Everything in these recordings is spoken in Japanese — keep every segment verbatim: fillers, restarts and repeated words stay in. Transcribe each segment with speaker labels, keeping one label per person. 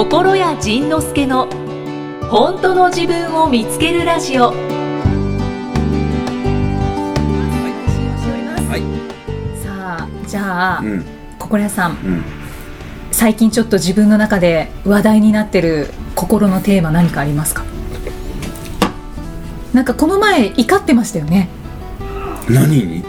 Speaker 1: 心谷仁之助の本当の自分を見つけるラジオ。はい、さあじゃあ、うん、心谷さん、うん、最近ちょっと自分の中で話題になってる心のテーマ何かありますか？なんかこの前怒ってましたよね。
Speaker 2: 何に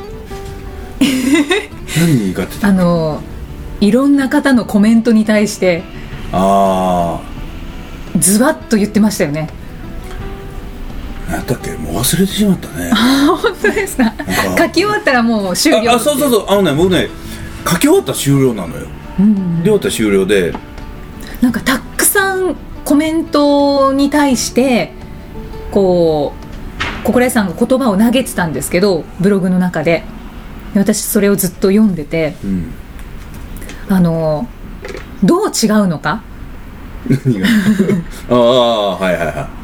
Speaker 2: 何に怒ってた？
Speaker 1: あのいろんな方のコメントに対して
Speaker 2: あ
Speaker 1: ズワッと言ってましたよね。
Speaker 2: 何だっけ、もう忘れてしまったね。
Speaker 1: あ、本当ですか？書き終わったらもう終了。
Speaker 2: ああ、そうそうそう、あのね、僕ね、書き終わったら終了なのよ、うん、で終わったら終了で、
Speaker 1: なんかたくさんコメントに対してこう心谷さんが言葉を投げてたんですけど、ブログの中で私それをずっと読んでて、うん、あのどう違うのか
Speaker 2: 何がああ、はいはいはい、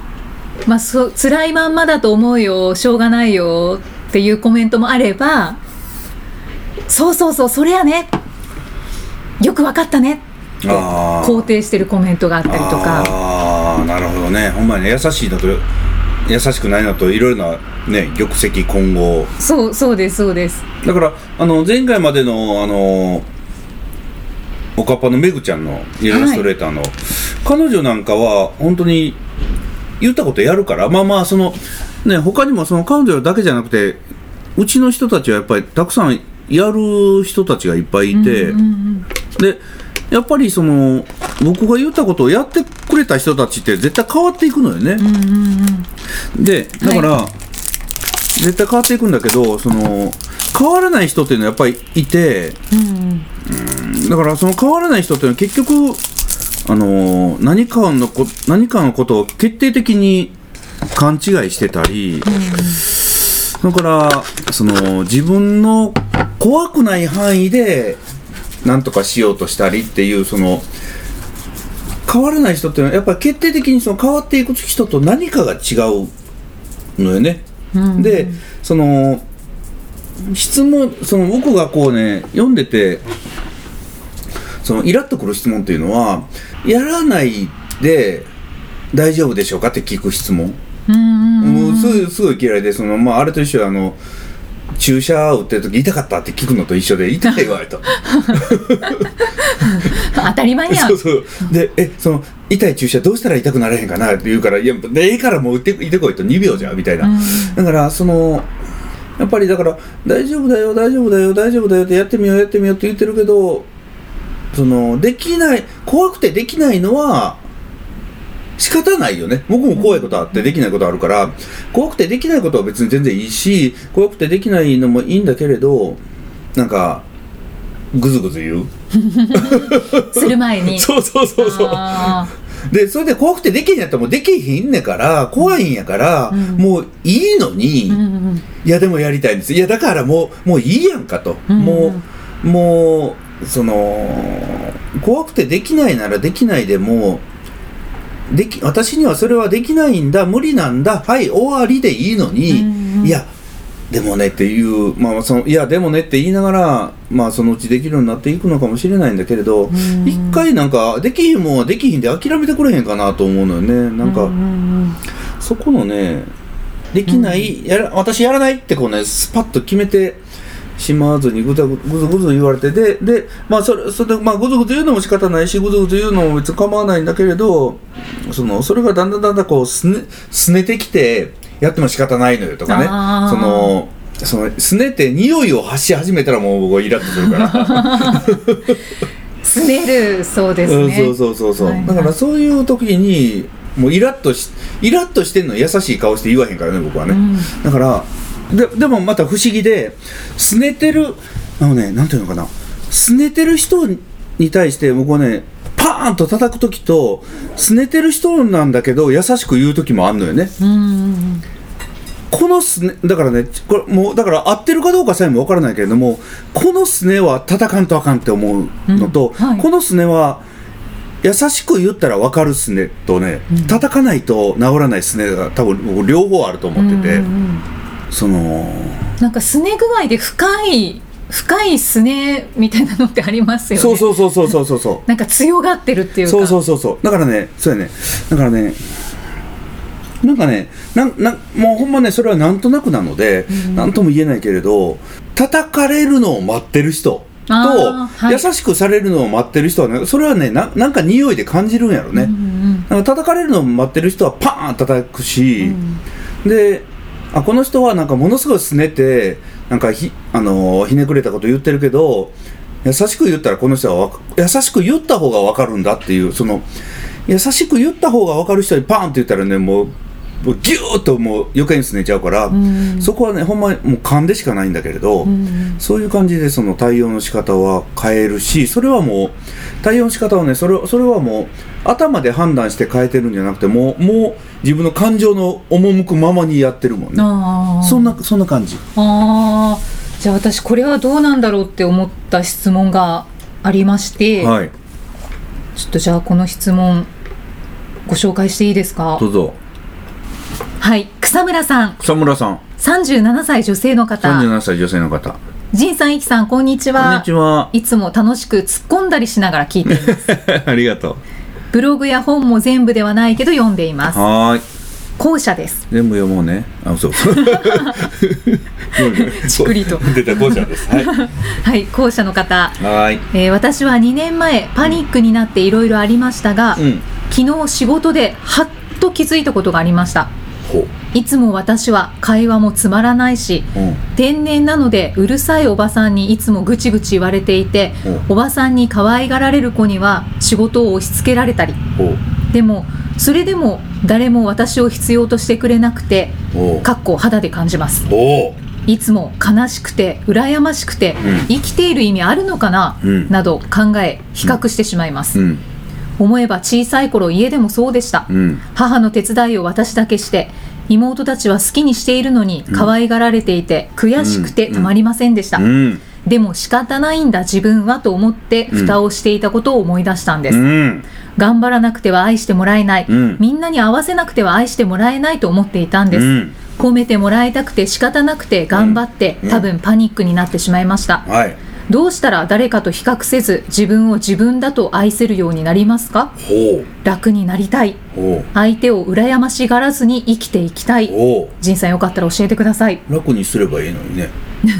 Speaker 1: まあ、そ辛いまんまだと思うよ、しょうがないよっていうコメントもあれば、そうそうそう、それやね、よくわかったねって肯定してるコメントがあったりとか。
Speaker 2: ああ、なるほどね。ほんまにね、優しいのと優しくないのといろいろなね、玉石混合。
Speaker 1: そうそうですそうです。
Speaker 2: だからあの前回までのあのおかっぱのめぐちゃんのイラストレーターの、はい、彼女なんかは本当に言ったことやるから、まあまあそのね、他にもその彼女だけじゃなくて、うちの人たちはやっぱりたくさんやる人たちがいっぱいいて、うんうんうん、でやっぱりその僕が言ったことをやってくれた人たちって絶対変わっていくのよね、うんうんうん、でだから、はい、絶対変わっていくんだけど、その変わらない人っていうのはやっぱりいて、うんうん、だからその変わらない人っていうのは結局あの何かのこ何かのことを決定的に勘違いしてたり、うん、だからその自分の怖くない範囲で何とかしようとしたりっていう、その変わらない人っていうのはやっぱり決定的にその変わっていく人と何かが違うのよね、うん、でその質問、その僕がこうね読んでてそのイラッとくる質問っていうのは、やらないで大丈夫でしょうかって聞く質問、うんうんうん、すごい、すごい嫌いで、その、まあ、あれと一緒であの注射打ってる時痛かったって聞くのと一緒で、痛いわと
Speaker 1: 当たり前やん。
Speaker 2: そうそうで、えその痛い注射どうしたら痛くなれへんかなって言うから、いやでええからもう打っていてこいとにびょうじゃんみたいな、うん、だからそのやっぱりだから大丈夫だよ大丈夫だよ大丈夫だよってやってみようやってみようって言ってるけど、そのできない、怖くてできないのは仕方ないよね。僕も怖いことあってできないことあるから、怖くてできないことは別に全然いいし、怖くてできないのもいいんだけれど、なんかグズグズ言う
Speaker 1: する前に
Speaker 2: そうそうそうそうで、それで怖くてできへんやったらもうできへんねんから、怖いんやから、うん、もういいのに、うんうん、いやでもやりたいんです、いやだからもうもういいやんかと、うんうん、もうもうその怖くてできないならできないでもでき、私にはそれはできないんだ、無理なんだ、はい終わりでいいのに、うんうん、いやでもねっていう、まあそのいやでもねって言いながら、まあそのうちできるようになっていくのかもしれないんだけれど、一回なんかできひんもんはできひんで諦めてくれへんかなと思うのよね。なんかそこのね、できない、やら私やらないってこうねスパッと決めてしまわずにぐずぐずぐず言われて、ででまあそれそれでまあぐずぐず言うのも仕方ないし、ぐずぐず言うのも別に構わないんだけれど、そのそれがだんだんだんだんこうすねすねてきて。やっても仕方ないのよとかね、そのそのすねて匂いを発し始めたらもう僕はイラッとするから
Speaker 1: すねる、そうですね、
Speaker 2: そうそうそうそう、はいはい、だからそういう時にもうイラッとしイラッとしてんの優しい顔して言わへんからね僕はね、うん、だからで, でもまた不思議で、すねてるあのね、なんていうのかな、すねてる人に対して僕はねパーンと叩くときと、すねてる人なんだけど優しく言うときもあんのよね。うん、このすねだからね、これもうだから合ってるかどうかさえも分からないけれども、このすねは叩かんとあかんって思うのと、うんはい、このすねは優しく言ったら分かるすねとね、うん、叩かないと治らないすねが多分僕両方あると思ってて、うんうんうん、その
Speaker 1: なんかすね具合で深い深いすねみたいなのってありますよね。
Speaker 2: そうそうそうそうそうそうそう
Speaker 1: なんか強がってるっていうか。
Speaker 2: そうそうそうそうだからねそうやねだからねなんかねなんなんもうほんまねそれはなんとなくなので、うん、なんとも言えないけれど叩かれるのを待ってる人と、はい、優しくされるのを待ってる人は、ね、それはね な, なんか匂いで感じるんやろね、うんうん、なんか叩かれるのを待ってる人はパーン叩くし、うん、であこの人はなんかものすごいすねてなんか ひ,、あのー、ひねくれたこと言ってるけど優しく言ったらこの人は優しく言った方が分かるんだっていうその優しく言った方が分かる人にパーンって言ったらねもうギューッともう余計にすねちゃうから、うん、そこはねほんまにもう勘でしかないんだけれど、うん、そういう感じでその対応の仕方は変えるしそれはもう対応の仕方はねそれ、それはもう頭で判断して変えてるんじゃなくてもう、もう自分の感情の赴くままにやってるもんね。あそんなそんな感じ。
Speaker 1: あじゃあ私これはどうなんだろうって思った質問がありまして、はい、ちょっとじゃあこの質問ご紹介していいですか。
Speaker 2: どうぞ。
Speaker 1: はい、草村さん。
Speaker 2: 草村さん。
Speaker 1: さんじゅうななさい女性の方。
Speaker 2: さんじゅうななさい女性の方。
Speaker 1: 仁さん、いきさん、こんにちは。
Speaker 2: こんにちは。
Speaker 1: いつも楽しく突っ込んだりしながら聞いています。
Speaker 2: ありがとう。
Speaker 1: ブログや本も全部ではないけど読んでいます。
Speaker 2: はい。
Speaker 1: 後者です。
Speaker 2: 全部読もうね。あ、そう。
Speaker 1: ちくりと。
Speaker 2: 出た後者です。はい。
Speaker 1: はい、後者の方。
Speaker 2: はい。
Speaker 1: えー、私はにねんまえパニックになっていろいろありましたが、うん、昨日仕事ではっと気づいたことがありました。いつも私は会話もつまらないし、うん、天然なのでうるさいおばさんにいつもぐちぐち言われていて、うん、おばさんに可愛がられる子には仕事を押し付けられたり、でもそれでも誰も私を必要としてくれなくてかっこ肌で感じます。いつも悲しくて羨ましくて、うん、生きている意味あるのかな、うん、など考え比較してしまいます、うん、思えば小さい頃家でもそうでした、うん、母の手伝いを私だけして妹たちは好きにしているのに可愛がられていて、うん、悔しくてたまりませんでした、うん、でも仕方ないんだ自分はと思って蓋をしていたことを思い出したんです、うん、頑張らなくては愛してもらえない、うん、みんなに合わせなくては愛してもらえないと思っていたんです、うん、褒めてもらいたくて仕方なくて頑張って、うん、多分パニックになってしまいました、はい、どうしたら誰かと比較せず自分を自分だと愛せるようになりますか。ほう楽になりたい、ほう相手を羨ましがらずに生きていきたい。仁さんよかったら教えてください。
Speaker 2: 楽にすればいいのにね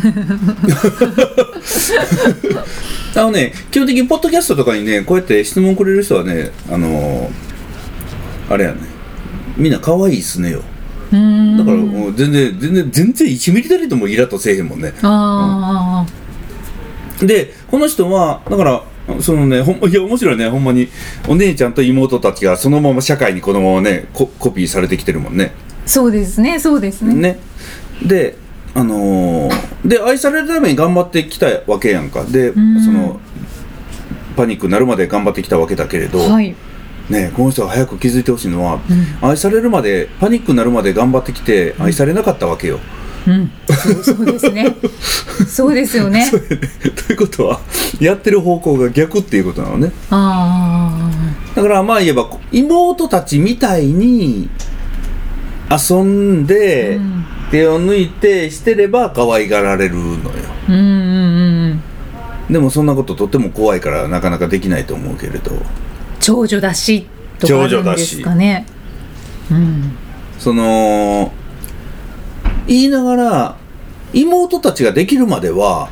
Speaker 2: あのね基本的にポッドキャストとかにねこうやって質問くれる人はねあのー、あれやねみんな可愛いっすねよ。うーんだからもう全然全然全然いちミリたりともイラッとせえへんもんね。ああ、うんでこの人はだからそのねほんいや面白いねほんまにお姉ちゃんと妹たちがそのまま社会にこのままね コ, コピーされてきてるもんね。
Speaker 1: そうですねそうですね。
Speaker 2: ねであのー、で愛されるために頑張ってきたわけやんか。でそのパニックになるまで頑張ってきたわけだけれど、はいね、この人が早く気づいてほしいのは、うん、愛されるまでパニックになるまで頑張ってきて愛されなかったわけよ。
Speaker 1: うん、そうそうですねそうですよね
Speaker 2: そうねということはやってる方向が逆っていうことなのね。あだからまあ言えば妹たちみたいに遊んで、うん、手を抜いてしてれば可愛がられるのよ、うんうんうん、でもそんなこととっても怖いからなかなかできないと思うけれど
Speaker 1: 長女だしとかあるんですかね。うん、その
Speaker 2: 言いながら妹たちができるまでは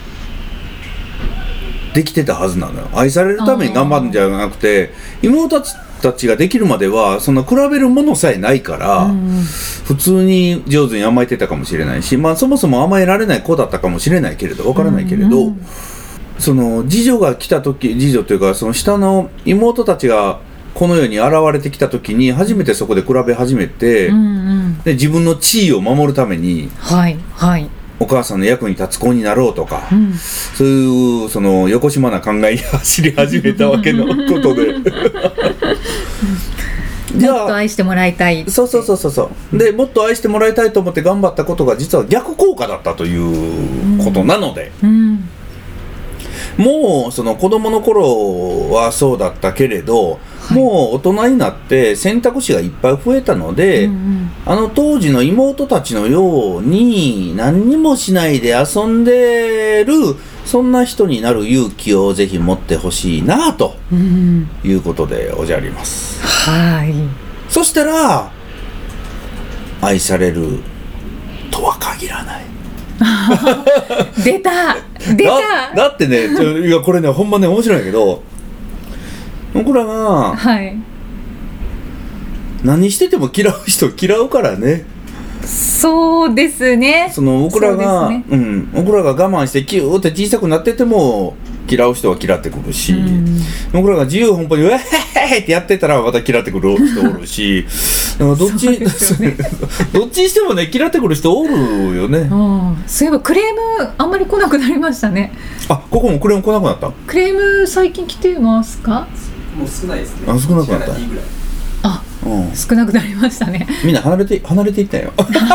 Speaker 2: できてたはずなのよ。愛されるために頑張るんじゃなくて妹たちができるまではそんな比べるものさえないから、うん、普通に上手に甘えてたかもしれないし、まあそもそも甘えられない子だったかもしれないけれどわからないけれど、うん、その次女が来た時次女というかその下の妹たちがこの世に現れてきた時に初めてそこで比べ始めて、うんうん、で自分の地位を守るために、はいはい、お母さんの役に立つ子になろうとか、うん、そういうそのよこしまな考えに走り始めたわけのことでもっ
Speaker 1: と愛してもらいたい。
Speaker 2: そうそうそうそうそうでもっと愛してもらいたいと思って頑張ったことが実は逆効果だったということなので、うんうんもうその子供の頃はそうだったけれど、
Speaker 1: い、
Speaker 2: もう大人になって選択肢がいっぱい増えたので、
Speaker 1: うんうん、
Speaker 2: あの当時の妹たちのように何にもしないで遊んでるそんな人になる勇気をぜひ持ってほしいなということでおじゃります、
Speaker 1: うん、はい。
Speaker 2: そしたら愛されるとは限らない
Speaker 1: 出た出た
Speaker 2: だ, だってねちょいやこれねほんまね面白いんやけど僕らが何してても嫌う人嫌うからね。
Speaker 1: そうですね。
Speaker 2: その僕らがう、ね、うん、僕らが我慢してキューって小さくなってても嫌う人は嫌ってくるし、うん、僕らが自由奔放にウェッヘッヘってやってたらまた嫌ってくる人おるしだからどっち、ね、どっちにしてもね嫌ってくる人おるよね。
Speaker 1: ああ、そういえばクレームあんまり来なくなりましたね。
Speaker 2: あ、ここもクレーム来なくなった。
Speaker 1: クレーム最近来てますか？
Speaker 3: もう少ないですね。
Speaker 2: あ、少なくなった。
Speaker 1: あ、うん、少なくなりましたね。
Speaker 2: みんな離れて離れていったよ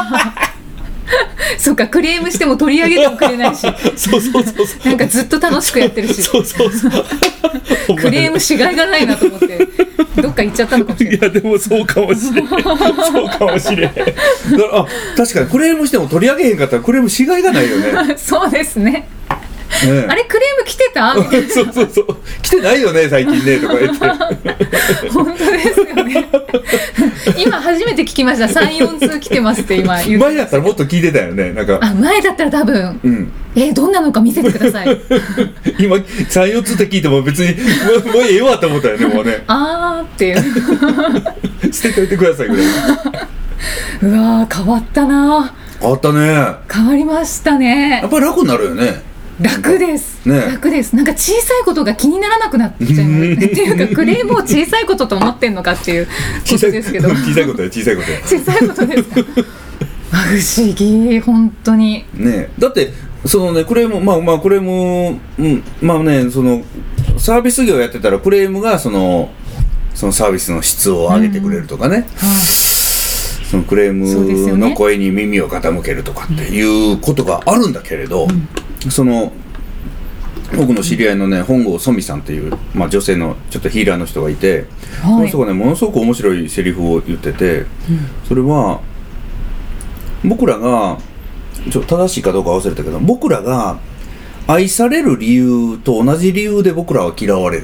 Speaker 1: そうか、クレームしても取り上げてもくれないし
Speaker 2: そうそうそうそう、
Speaker 1: なんかずっと楽しくやってるし
Speaker 2: そうそうそう
Speaker 1: クレームしがいがないなと思ってどっか行っちゃったのかもしれない。
Speaker 2: いやでもそうかもしれんそうかもしれん。だからあ確かにクレームしても取り上げへんかったらクレームしがいがないよね
Speaker 1: そうですね。ね、あれクレーム来てた
Speaker 2: そうそうそう、来てないよね最近ねとか言って
Speaker 1: 本当ですよね今初めて聞きました。 さん、よん 通来てますって今言って
Speaker 2: 前だったらもっと聞いてたよね。なんか
Speaker 1: あ前だったら多分、うん、えどんなのか見せてください
Speaker 2: 今さん、よん通って聞いても別にもうもうええわって思ったよねもうね
Speaker 1: あーっていう
Speaker 2: 捨てといてくださいぐらいう
Speaker 1: わー変わったな。
Speaker 2: 変わったね。
Speaker 1: 変わりましたね。
Speaker 2: やっぱり楽になるよね。
Speaker 1: 楽です、
Speaker 2: ね、
Speaker 1: 楽です。なんか小さいことが気にならなくなっちゃうっていうかクレームを小さいことと思ってんのかっていうことですけど
Speaker 2: 小さいことや小さいことや
Speaker 1: 小さいことですか不思議本当に
Speaker 2: ね。だってそのねクレームまあまあクレーム、うん、まあねそのサービス業やってたらクレームがそのそのサービスの質を上げてくれるとかね、うん、はい、そのクレームの声に耳を傾けるとかっていうことがあるんだけれど、うん、その僕の知り合いのね本郷ソミさんっていう、まあ、女性のちょっとヒーラーの人がいて、はい、その人がねものすごく面白いセリフを言ってて、うん、それは僕らがちょっと正しいかどうか忘れたけど僕らが愛される理由と同じ理由で僕らは嫌われる。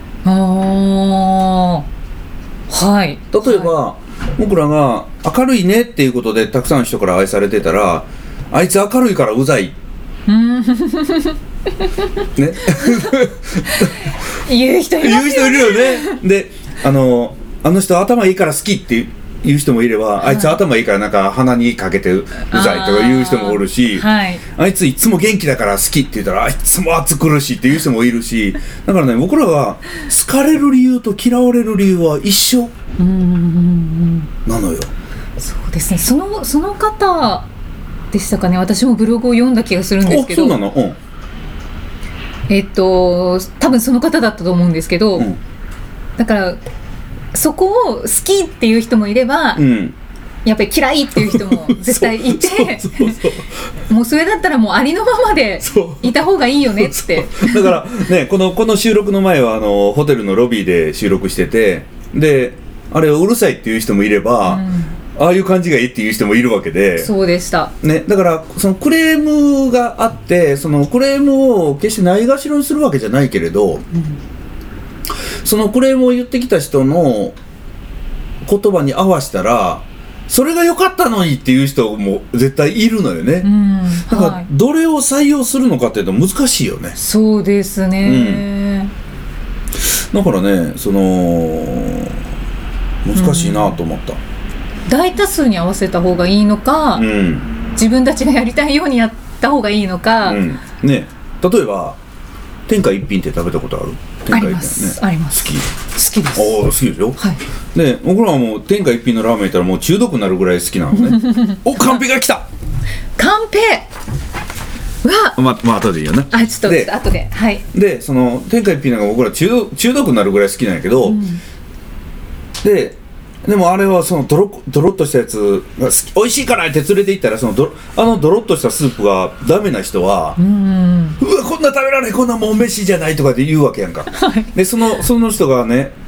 Speaker 1: あー、はい、
Speaker 2: 例えば、はい、僕らが明るいねっていうことでたくさんの人から愛されてたらあいつ明るいからうざいね
Speaker 1: 言う人いますよね。
Speaker 2: 言う人いるよね。で、あのあの人頭いいから好きって言う人もいれば、はい、あいつ頭いいからなんか鼻にかけてうざいとか言う人もおるし、あ,、はい、あいついつも元気だから好きって言ったらあいつも暑苦しいって言う人もいるし、だからね僕らは好かれる理由と嫌われる理由は一緒なのよ。
Speaker 1: そうですね。そのその方でしたかね。私もブログを読んだ気がするんですけど。
Speaker 2: そうなの、うん、
Speaker 1: えっと多分その方だったと思うんですけど、うん、だからそこを好きっていう人もいれば、うん、やっぱり嫌いっていう人も絶対いてそうそうそうそうもうそれだったらもうありのままでいた方がいいよねって。
Speaker 2: だからねこのこの収録の前はあのホテルのロビーで収録してて、であれうるさいっていう人もいれば、うん、ああいう感じがいいっていう人もいるわけで。
Speaker 1: そうでした、
Speaker 2: ね、だからそのクレームがあってそのクレームを決してないがしろにするわけじゃないけれど、うん、そのクレームを言ってきた人の言葉に合わせたらそれが良かったのにっていう人も絶対いるのよね、うん、だからどれを採用するのかっていうと難しいよね。
Speaker 1: そうですね、
Speaker 2: うん、だからねその難しいなと思った、うん、
Speaker 1: 大多数に合わせた方がいいのか、うん、自分たちがやりたいようにやった方がいいのか、
Speaker 2: うん、ね、例えば天下一品って食べたことある？
Speaker 1: あります、ね、あります。
Speaker 2: 好き？
Speaker 1: 好きです。
Speaker 2: ああ好きでしょ、はい、で僕らはもう天下一品のラーメン行ったらもう中毒になるぐらい好きなのねおカンペが来た
Speaker 1: カンペは
Speaker 2: ままあ後でいいよね。
Speaker 1: あちょっとで後で、はい、
Speaker 2: でその天下一品なんか僕ら中毒、中毒になるぐらい好きなんやけど、うん、ででもあれはそのドロドロッとしたやつが美味しいからって連れて行ったらそのドあのドロッとしたスープがダメな人は、うん、うわこんな食べられないこんなもん飯じゃないとかって言うわけやんか、はい、でそのその人がね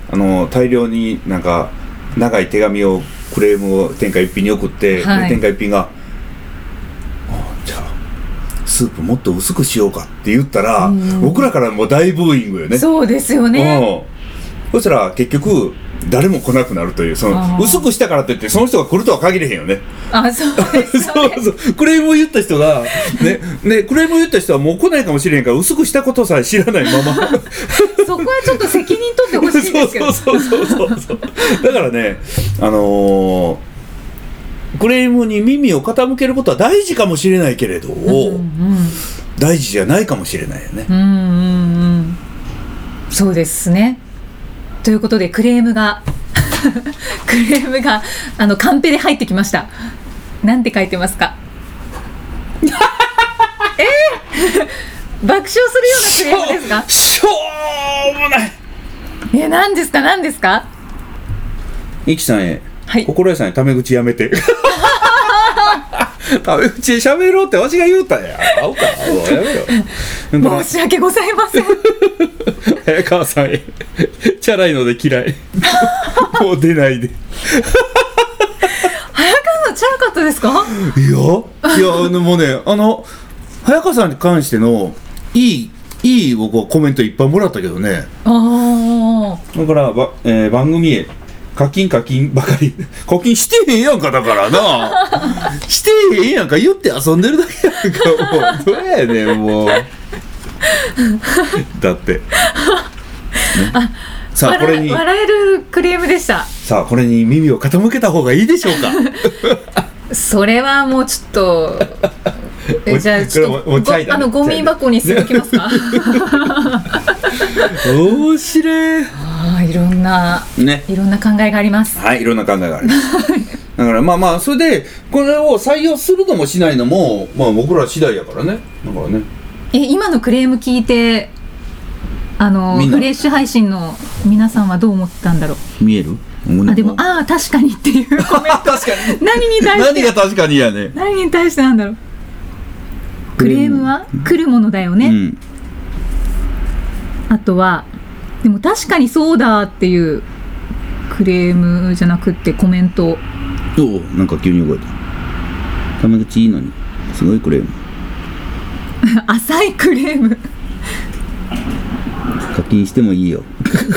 Speaker 2: あの大量になんか長い手紙をクレームを天下一品に送って、はい、天下一品がじゃあスープもっと薄くしようかって言ったら、うん、僕らからもう大ブーイングよね。
Speaker 1: そうですよね。
Speaker 2: そしたら結局誰も来なくなるという、その薄くしたからといってその人が来るとは限れへんよね。
Speaker 1: あ、そうですよね。
Speaker 2: そうそう、クレームを言った人がね、ね、クレームを言った人はもう来ないかもしれへんから薄くしたことさえ知らないまま
Speaker 1: そこはちょっと責任取ってほしいですけど
Speaker 2: そうそうそうそうそうだからね、あのー、クレームに耳を傾けることは大事かもしれないけれど、うんうん、大事じゃないかもしれないよね。
Speaker 1: うんうんうん、そうですね。ということでクレームがクレームがあのカンペで入ってきました。なんて書いてますかえー、爆笑するようなクレームですか。
Speaker 2: しょうもない。
Speaker 1: え、何ですか何ですか。
Speaker 2: イキさんへ、
Speaker 1: はい、
Speaker 2: 心得さんにタメ口やめてタメ口で喋ろうってわしが言うたんや。合うか、もうやめろ
Speaker 1: 申し訳ございません
Speaker 2: 早川さんへ、チャラいので嫌いもう出ないで
Speaker 1: 早川さんチャラかったですか。
Speaker 2: いやいや、でもね、あの早川さんに関してのいいいい僕はコメントいっぱいもらったけどね。
Speaker 1: あ
Speaker 2: だからば、えー、番組へ課金課金ばかり課金してへんやんか。だからなしてへんやんか、言って遊んでるだけやんか。もうどうやねんもうだって、ね、
Speaker 1: あ、さあこれに笑えるクレームでした。
Speaker 2: さあこれに耳を傾けた方がいいでしょうか
Speaker 1: それはもうちょっとえ、じゃあちょっとごあのゴミ箱に捨てときますか
Speaker 2: 面白い。
Speaker 1: あ、いろんな、ね、いろんな考えがあります。
Speaker 2: はい、いろんな考えがありますだからまあまあそれでこれを採用するのもしないのも、まあ、僕ら次第やからね。だからね、
Speaker 1: え、今のクレーム聞いてあのフレッシュ配信の皆さんはどう思ったんだろう。
Speaker 2: 見える？
Speaker 1: あ、でも、ああ確かにっていうコメント
Speaker 2: 確かに
Speaker 1: 何に対して
Speaker 2: 何が確かにやね。
Speaker 1: 何に対してなんだろう。クレームは来るものだよね、うん、あとはでも確かにそうだっていうクレームじゃなくってコメント。
Speaker 2: おお、なんか急に動いた。タメ口いいのにすごいクレーム
Speaker 1: 浅いクレーム
Speaker 2: 課金してもいいよ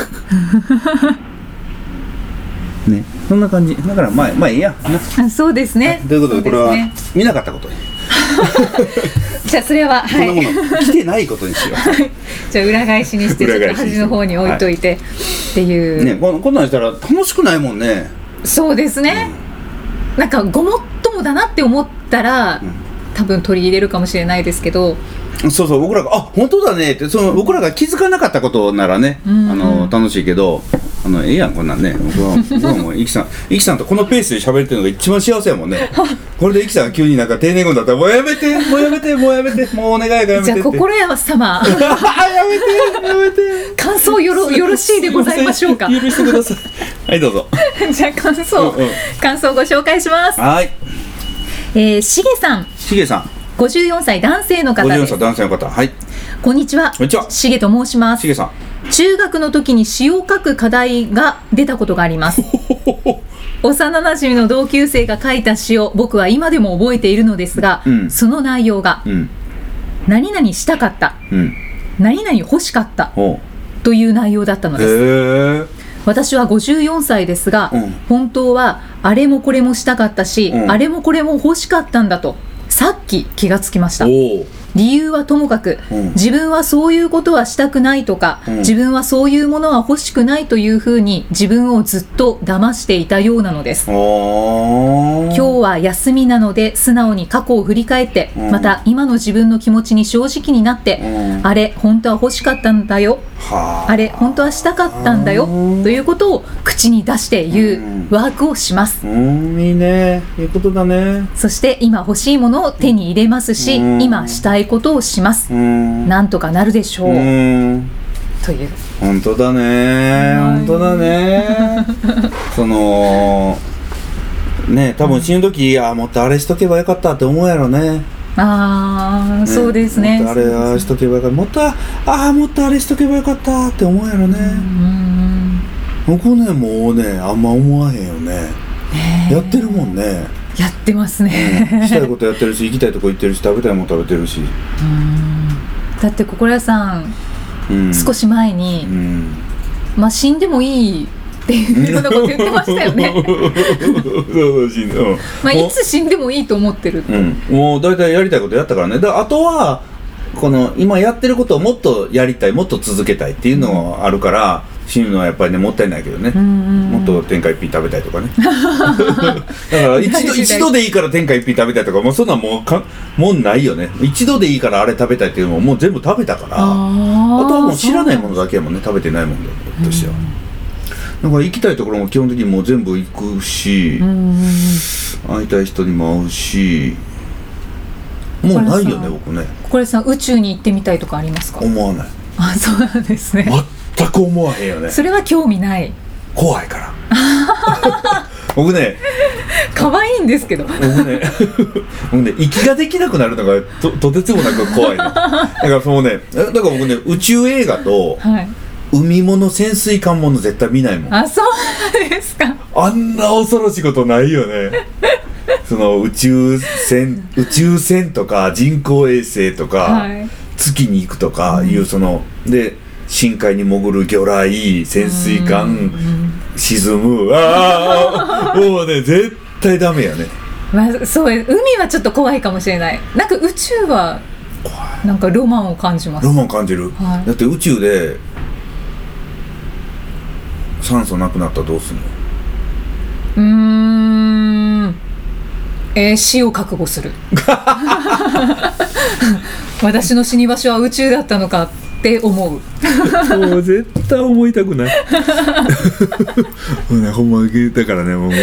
Speaker 2: ね、そんな感じだから、まあまあいいやな。
Speaker 1: あ、そうですね。
Speaker 2: ということでこれは見なかったことに
Speaker 1: じゃあそれは、はい、
Speaker 2: こんなもの来てないことにしよう
Speaker 1: じゃあ裏返しにしてちょっと端の方に置いといて、はい、っていうね。
Speaker 2: こんなんしたら楽しくないもんね。
Speaker 1: そうですね、うん、なんかごもっともだなって思ったら、うん、多分取り入れるかもしれないですけど、
Speaker 2: そうそう、僕らがあ本当だねってその僕らが気づかなかったことならね、うん、あの楽しいけど、あのええやんこんなんね。僕は僕はもうイキさんイキさんとこのペースで喋ってるのが一番幸せやもんねこれでイキさんが急になんか定年後だったらもうやめてもうやめてもうやめてもうお願いがやめてって。
Speaker 1: じゃあ心山様や
Speaker 2: めてやめて
Speaker 1: 感想よろよろしいでございましょうか。
Speaker 2: 許してくださいはいどうぞ
Speaker 1: じゃあ感想、うんうん、感想をご紹介します。
Speaker 2: はい、
Speaker 1: えー、しげさん
Speaker 2: しげさん
Speaker 1: ごじゅうよんさい男性の方です。
Speaker 2: ごじゅうよんさい男性の方、はい、
Speaker 1: こんにちは。
Speaker 2: こんにちは。
Speaker 1: しげと申します。
Speaker 2: しげさん、
Speaker 1: 中学の時に詩を書く課題が出たことがあります幼なじみの同級生が書いた詩を僕は今でも覚えているのですが、うん、その内容が、うん、何々したかった、うん、何々欲しかったという内容だったのです。へー。私はごじゅうよんさいですが、うん、本当はあれもこれもしたかったし、うん、あれもこれも欲しかったんだとさっき気がつきました。理由はともかく、うん、自分はそういうことはしたくないとか、うん、自分はそういうものは欲しくないというふうに自分をずっと騙していたようなのです。今日は休みなので素直に過去を振り返って、うん、また今の自分の気持ちに正直になって、うん、あれ本当は欲しかったんだよ、あれ本当はしたかったんだよということを口に出して言うワークをします。
Speaker 2: うん、いいね、いいことだね。
Speaker 1: そして今欲しいものを手に入れますし、うん、今したいことをします。なんとかなるでしょう、うん、という。
Speaker 2: 本当だね、本当だねそのね、多分死ぬ時、うん、あもっとあれしとけばよかったって思うやろね。
Speaker 1: ああ、ね、そうですね。
Speaker 2: もっとあれあしとけばよかった、もっとああもっとあれしとけばよかったって思うやろね。うん、 僕ねもうねあんま思わへんよね。やってるもんね。
Speaker 1: やってますね、
Speaker 2: うん、したいことやってるし行きたいとこ行ってるし食べたいもの食べてるし。
Speaker 1: うん、だって心屋さん、うん、少し前に、うん、まあ死んでもいいっていうようなこと言ってましたよねそう死んで、うん、まあいつ死んでもいいと思ってるって、
Speaker 2: うん、もうだいたいやりたいことやったからね。だからあとはこの今やってることをもっとやりたいもっと続けたいっていうのがあるから、うん、死ぬのはやっぱりねもったいないけどね、うんうんうん、もっと天下一品食べたいとかねだから一度一度でいいから天下一品食べたいとかもうそんなんもうかもうないよね。一度でいいからあれ食べたいっていうのももう全部食べたから、 あ, あとはもう知らないものだけやもんね。食べてないもんだとしては、うん、だから行きたいところも基本的にもう全部行くし、うんうん、会いたい人にも会うしもうないよね僕ね。
Speaker 1: これさん宇宙に行ってみたいとかありますか？
Speaker 2: 思わない。
Speaker 1: あ、そうなんですね。
Speaker 2: 全く思わへんよね。
Speaker 1: それは興味ない。
Speaker 2: 怖いから僕ね
Speaker 1: 可愛いんですけど
Speaker 2: 僕ね僕ね息ができなくなるのが と, とてつもなく怖い、ね、だからそのねだから僕ね宇宙映画と、はい、海物潜水艦物絶対見ないもん。
Speaker 1: あ、そうなんですか。
Speaker 2: あんな恐ろしいことないよねその宇宙船宇宙船とか人工衛星とか、はい、月に行くとかいうその、うん、で深海に潜る魚雷潜水艦、うん、沈むああもうね絶対ダメやね、
Speaker 1: まあ、そう海はちょっと怖いかもしれない。なんか宇宙はなんかロマンを感じます。
Speaker 2: ロマン感じる、はい、だって宇宙で酸素なくなったらどうすんの？
Speaker 1: うーんえー、死を覚悟する私の死に場所は宇宙だったのかって思うも
Speaker 2: う絶対思いたくないもうねほんまだからねもう、うん、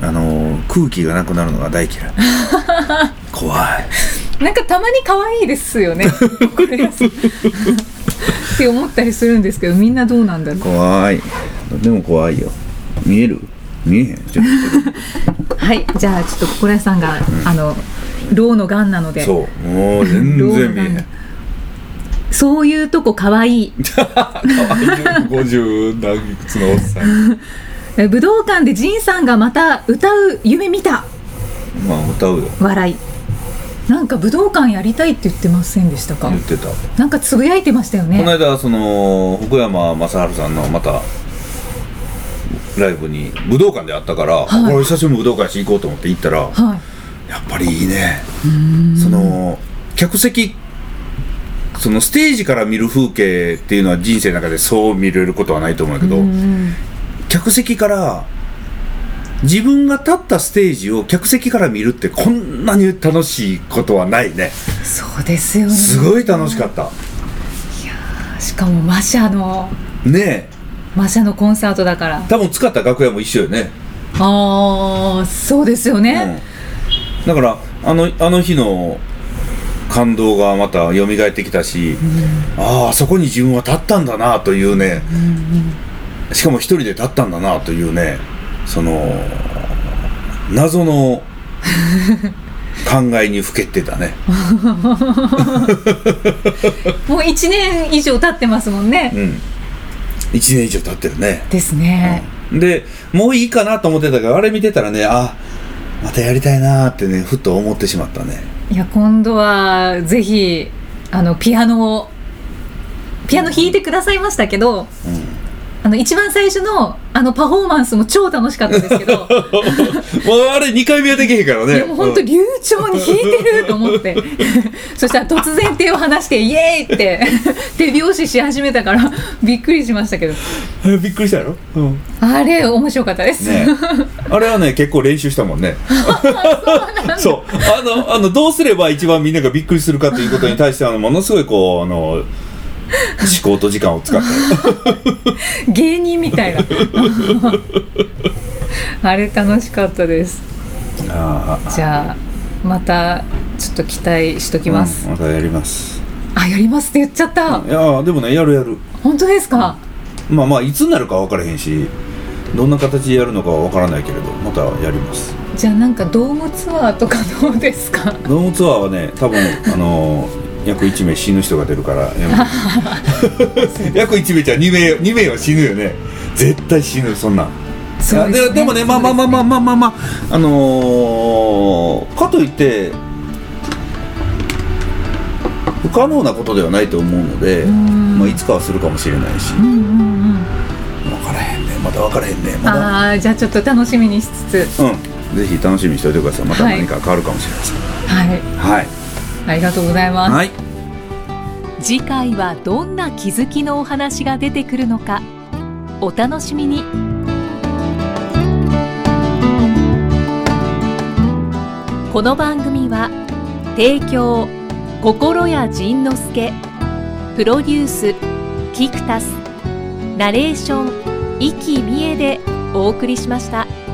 Speaker 2: あのー、空気がなくなるのが大嫌い怖い。
Speaker 1: なんかたまに可愛いですよねこれって思ったりするんですけどみんなどうなんだろう。
Speaker 2: 怖い。でも怖いよ。見える？見えへん。ちょっと
Speaker 1: はい、じゃあちょっと心屋さんが、うん、あのローのがんなので
Speaker 2: そうもう全然見えへん
Speaker 1: そういうとこかわいい
Speaker 2: ごじゅう何いくつのおっさん
Speaker 1: 武道館で仁さんがまた歌う夢見た。
Speaker 2: まあ歌うよ。
Speaker 1: 笑い。なんか武道館やりたいって言ってませんでしたか？
Speaker 2: 言ってた。
Speaker 1: なんかつぶやいてましたよね。
Speaker 2: この間その福山雅治さんのまたライブに武道館であったから、はい、これ久しぶりに武道館し行こうと思って行ったら、はい、やっぱりいいね。その客席そのステージから見る風景っていうのは人生の中でそう見れることはないと思うけど、客席から自分が立ったステージを客席から見るってこんなに楽しいことはないね。
Speaker 1: そうですよね。
Speaker 2: すごい楽しかった。い
Speaker 1: やしかもマシャの
Speaker 2: ねえ
Speaker 1: マシャのコンサートだから
Speaker 2: 多分使った楽屋も一緒よね。
Speaker 1: ああそうですよね、
Speaker 2: うん、だからあの、あの日の感動がまた蘇ってきたし、うん、ああそこに自分は立ったんだなというね、うんうん、しかも一人で立ったんだなというねその謎の考えにふけってたね
Speaker 1: もういちねん以上経ってますもんね。
Speaker 2: うん、いちねん以上経ってるね。
Speaker 1: ですね、
Speaker 2: うん、でもういいかなと思ってたけどあれ見てたらねあまたやりたいなってねふと思ってしまったね。
Speaker 1: いや今度はぜひあのピアノをピアノ弾いてくださいましたけど、うん、あの一番最初のあのパフォーマンスも超楽しかったですけどもう
Speaker 2: あれにかいめはできへんからね。
Speaker 1: でも本当流暢に弾いてると思ってそしたら突然手を離してイエーイって手拍子し始めたからびっくりしましたけど
Speaker 2: びっくりしたやろ、うん、
Speaker 1: あれ面白かったです、ね、
Speaker 2: あれはね結構練習したもんねそうあのあのどうすれば一番みんながびっくりするかということに対してはものすごいこうあの思考と時間を使って
Speaker 1: 芸人みたいなあれ楽しかったです。あじゃあまたちょっと期待しときます、
Speaker 2: うん、またやります。
Speaker 1: あやりますって言っちゃった。
Speaker 2: いやでもねやるやる。
Speaker 1: 本当ですか？
Speaker 2: うん、まあまあいつになるか分からへんしどんな形でやるのかは分からないけれどまたやります。
Speaker 1: じゃあなんかドームツアーとかどうですか？
Speaker 2: ドームツアーはね多分あのー約いち名死ぬ人が出るから約いち名じゃに名、に名は死ぬよね。 絶対死ぬそんなん。
Speaker 1: そうですね、
Speaker 2: で, でもね、まあまあまあまあまあまあまあ、あのー、かといって不可能なことではないと思うので、まあ、いつかはするかもしれないし、うんうんうん、分からへんね、まだ分からへんね、まだ。
Speaker 1: ああ、じゃあちょっと楽しみにしつつ、
Speaker 2: うん、ぜひ楽しみにしておいてください。また何か変わるかもしれません。
Speaker 1: はい、はい、ありがとうございます、はい、次回はどんな気づきのお話が出てくるのかお楽しみに。この番組は提供心谷仁之助、プロデュースキクタス、ナレーション生きみえでお送りしました。